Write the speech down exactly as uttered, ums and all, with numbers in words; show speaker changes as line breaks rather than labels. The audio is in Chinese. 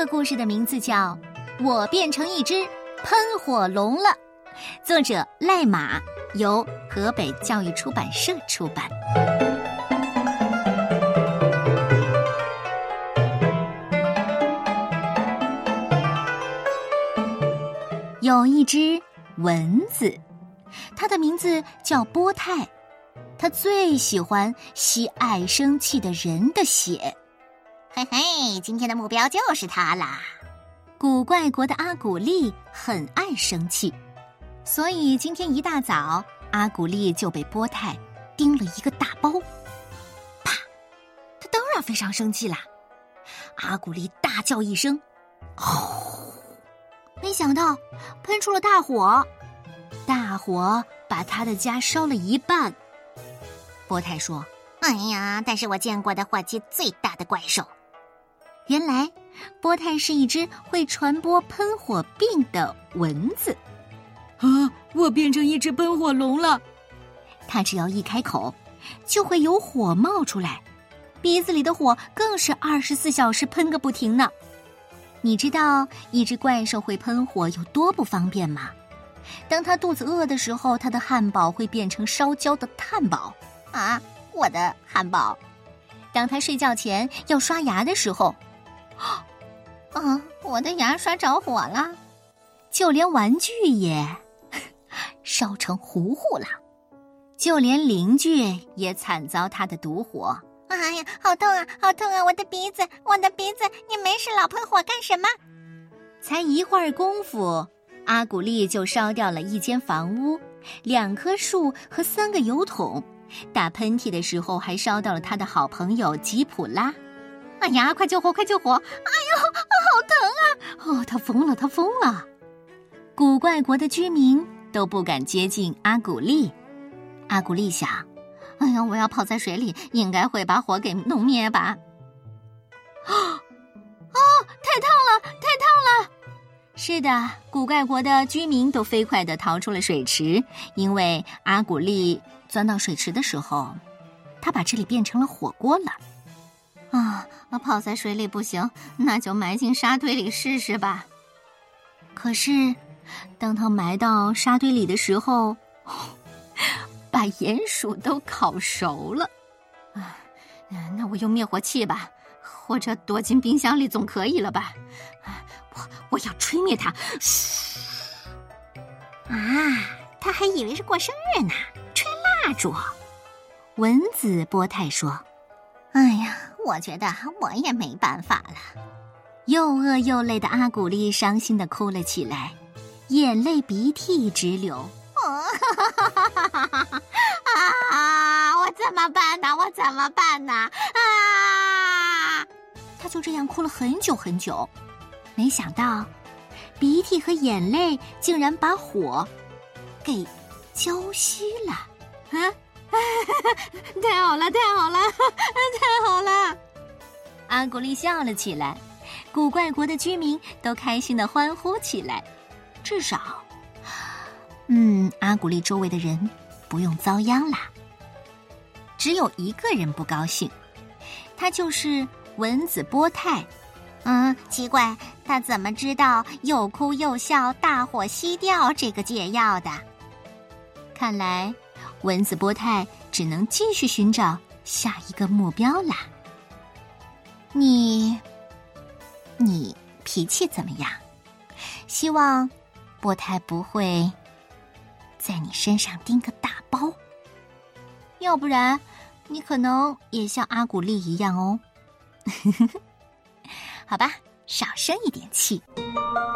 个故事的名字叫《我变成一只喷火龙了》，作者赖马，由河北教育出版社出版。有一只蚊子，它的名字叫波泰，它最喜欢吸爱生气的人的血。
嘿嘿，今天的目标就是它啦。
古怪国的阿古丽很爱生气，所以今天一大早，阿古丽就被波泰叮了一个大包。啪！他当然非常生气啦。阿古丽大叫一声，吼！没想到喷出了大火，大火把他的家烧了一半。波泰说：“
哎呀，但是我见过的火气最大的怪兽。”
原来，波泰是一只会传播喷火病的蚊子。啊！我变成一只喷火龙了。他只要一开口，就会有火冒出来，鼻子里的火更是二十四小时喷个不停呢。你知道一只怪兽会喷火有多不方便吗？当它肚子饿的时候，它的汉堡会变成烧焦的炭堡。
啊，我的汉堡。
当它睡觉前要刷牙的时候，
啊，我的牙刷着火了。
就连玩具也烧成糊糊了，就连邻居也惨遭它的毒火。
哎呀，好痛啊，好痛啊！我的鼻子，我的鼻子！你没事老喷火干什么？
才一会儿功夫，阿古丽就烧掉了一间房屋、两棵树和三个油桶。打喷嚏的时候还烧到了他的好朋友吉普拉。哎呀，快救火，快救火！哎呦，好疼啊！哦，他疯了，他疯了！古怪国的居民都不敢接近阿古丽。阿古丽想，哎呀，我要泡在水里，应该会把火给弄灭吧。啊！哦，太烫了，太烫了！是的，古怪国的居民都飞快地逃出了水池，因为阿古丽钻到水池的时候，他把这里变成了火锅了。啊，泡在水里不行，那就埋进沙堆里试试吧。可是，当他埋到沙堆里的时候，把鼹鼠都烤熟了。啊，那我用灭火器吧，或者躲进冰箱里总可以了吧？我我要吹灭它！
啊，他还以为是过生日呢，吹蜡烛。
蚊子波泰说：“
哎呀，我觉得我也没办法了。”
又饿又累的阿古丽伤心地哭了起来，眼泪鼻涕直流。
啊！我怎么办呢？我怎么办呢？啊！
他就这样哭了很久很久，没想到，鼻涕和眼泪竟然把火给浇熄了。啊！太好了，太好了，太好了！阿古丽笑了起来，古怪国的居民都开心地欢呼起来。至少，嗯，阿古丽周围的人不用遭殃啦。只有一个人不高兴，他就是蚊子波泰。
嗯，奇怪，他怎么知道又哭又笑大火熄掉这个解药的？
看来蚊子波泰只能继续寻找下一个目标啦。你，你脾气怎么样？希望波泰不会在你身上钉个大包，要不然你可能也像阿古丽一样哦。好吧，少生一点气。